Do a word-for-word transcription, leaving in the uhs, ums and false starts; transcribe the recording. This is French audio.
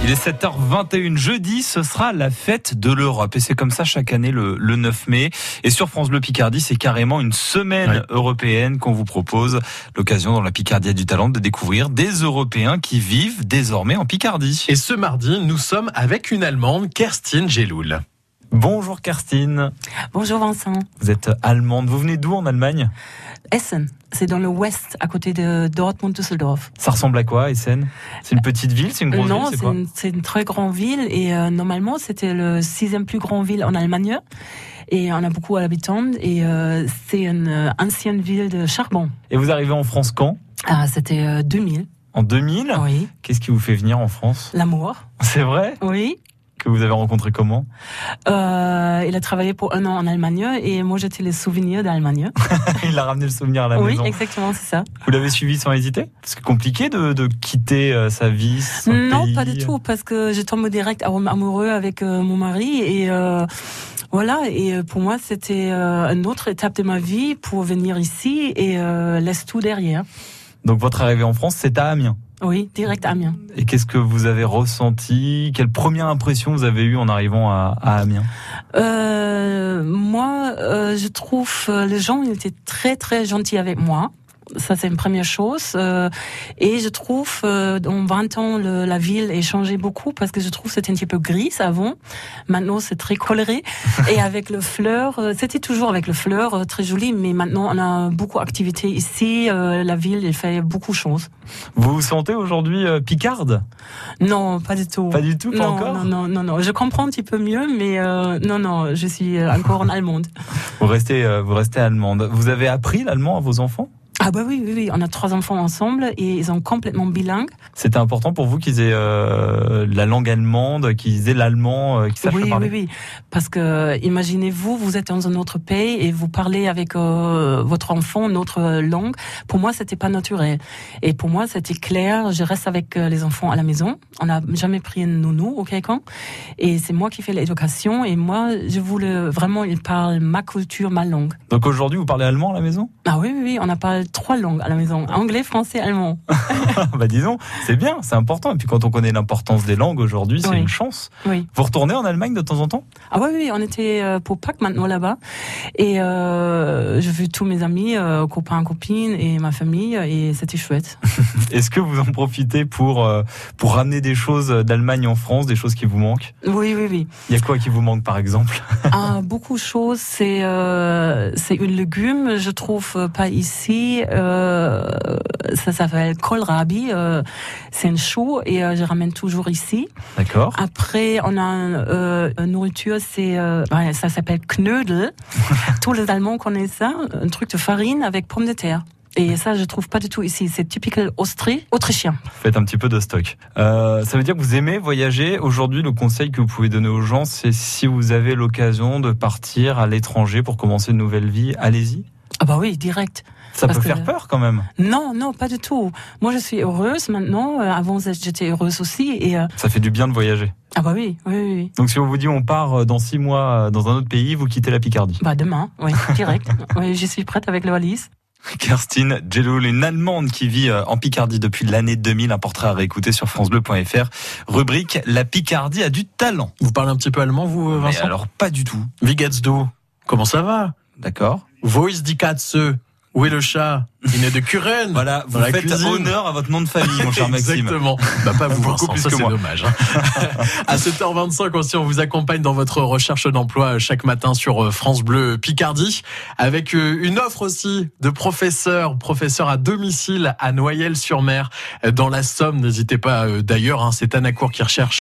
Il est sept heures vingt et une. Jeudi, ce sera la fête de l'Europe. Et c'est comme ça chaque année le, le neuf mai. Et sur France Bleu Picardie, c'est carrément une semaine ouais. européenne qu'on vous propose. L'occasion dans la Picardie a du talent de découvrir des Européens qui vivent désormais en Picardie. Et ce mardi, nous sommes avec une Allemande, Kerstin Geloul. Bonjour Kerstin. Bonjour Vincent. Vous êtes allemande. Vous venez d'où en Allemagne ? Essen, c'est dans le ouest, à côté de Dortmund-Düsseldorf. Ça ressemble à quoi, Essen ? C'est une petite ville, c'est une grosse non, ville, c'est quoi ? Non, c'est une très grande ville et euh, normalement c'était le sixième plus grande ville en Allemagne et on a beaucoup d'habitants et euh, c'est une euh, ancienne ville de charbon. Et vous arrivez en France quand ? Ah, c'était euh, deux mille. En deux mille ? Oui. Qu'est-ce qui vous fait venir en France ? L'amour. C'est vrai ? Oui. Que vous avez rencontré comment ? euh, Il a travaillé pour un an en Allemagne et moi j'étais les souvenirs d'Allemagne. Il a ramené le souvenir à la oui, maison. Oui, exactement, c'est ça. Vous l'avez suivi sans hésiter ? C'est compliqué de, de quitter euh, sa vie, son Non, pays. pas du tout, parce que je tombe direct amoureux avec euh, mon mari et euh, voilà. Et pour moi, c'était euh, une autre étape de ma vie pour venir ici et euh, laisse tout derrière. Donc votre arrivée en France, c'est à Amiens ? Oui, direct à Amiens. Et qu'est-ce que vous avez ressenti ? Quelle première impression vous avez eue en arrivant à, à Amiens ? euh, Moi, euh, je trouve euh, les gens ils étaient très très gentils avec moi. Ça, c'est une première chose. Euh, et je trouve, euh, en vingt ans, le, la ville a changé beaucoup parce que je trouve que c'était un petit peu gris avant. Maintenant, c'est très coloré. Et avec le fleur, euh, c'était toujours avec le fleur, euh, très joli. Mais maintenant, on a beaucoup d'activités ici. Euh, la ville, elle fait beaucoup de choses. Vous vous sentez aujourd'hui euh, picarde ? Non, pas du tout. Pas du tout, pas non, encore ? Non, non, non, non. Je comprends un petit peu mieux, mais euh, non, non, je suis encore en allemande. Vous restez, euh, vous restez allemande. Vous avez appris l'allemand à vos enfants ? Ah bah oui, oui, oui, on a trois enfants ensemble et ils sont complètement bilingues. C'était important pour vous qu'ils aient euh, la langue allemande, qu'ils aient l'allemand, euh, qu'ils sachent oui, le parler. Oui, oui, parce que imaginez-vous, vous êtes dans un autre pays et vous parlez avec euh, votre enfant notre langue. Pour moi, c'était pas naturel. Et pour moi, c'était clair, je reste avec les enfants à la maison. On n'a jamais pris une nounou au quelqu'un. Et c'est moi qui fais l'éducation et moi, je voulais vraiment, ils parlent ma culture, ma langue. Donc aujourd'hui, vous parlez allemand à la maison ? Ah oui, oui, oui, on a parlé trois langues à la maison, anglais, français, allemand. Bah disons, c'est bien, c'est important. Et puis quand on connaît l'importance des langues aujourd'hui, c'est oui. une chance. Oui. Vous retournez en Allemagne de temps en temps ? Ah oui, oui, on était pour Pâques maintenant là-bas. Et euh, j'ai vu tous mes amis, euh, copains, copines et ma famille et c'était chouette. Est-ce que vous en profitez pour, euh, pour ramener des choses d'Allemagne en France, des choses qui vous manquent ? Oui, oui, oui. Il y a quoi qui vous manque par exemple ? Ah, beaucoup de choses, c'est, euh, c'est une légume, je trouve pas ici. Euh, ça s'appelle kohlrabi, euh, c'est un chou et euh, je ramène toujours ici. D'accord. Après, on a euh, une nourriture, c'est, euh, ça s'appelle Knödel. Tous les Allemands connaissent ça, un truc de farine avec pommes de terre. Et ça, je trouve pas du tout ici. C'est typiquement austri- autrichien. Faites un petit peu de stock. Euh, ça veut dire que vous aimez voyager. Aujourd'hui, le conseil que vous pouvez donner aux gens, c'est si vous avez l'occasion de partir à l'étranger pour commencer une nouvelle vie, allez-y. Ah bah oui, direct. Ça Parce peut que... faire peur quand même. Non, non, pas du tout. Moi, je suis heureuse maintenant. Euh, avant, j'étais heureuse aussi. Et euh... Ça fait du bien de voyager. Ah bah oui, oui, oui. Donc si on vous dit on part dans six mois dans un autre pays, vous quittez la Picardie. Bah demain, oui, direct. Oui, je suis prête avec la valise. Kerstin Geloul, une Allemande qui vit en Picardie depuis l'année deux mille, un portrait à réécouter sur francebleu point fr. Rubrique « La Picardie a du talent ». Vous parlez un petit peu allemand, vous, Vincent ? Mais alors, pas du tout. Wie geht's du ? Comment ça va ? D'accord. Wo ist die Katze ? Où est le chat ? Il est de Kuren. Voilà, vous faites cuisine. Honneur à votre nom de famille, mon cher Maxime. Exactement. Bah, pas vous, Beaucoup Vincent, plus ça que c'est moi. dommage. Hein. À sept heures vingt-cinq aussi, on vous accompagne dans votre recherche d'emploi chaque matin sur France Bleu Picardie, avec une offre aussi de professeur, professeur à domicile à Noyelles-sur-Mer, dans la Somme. N'hésitez pas d'ailleurs, hein, c'est Anacourt qui recherche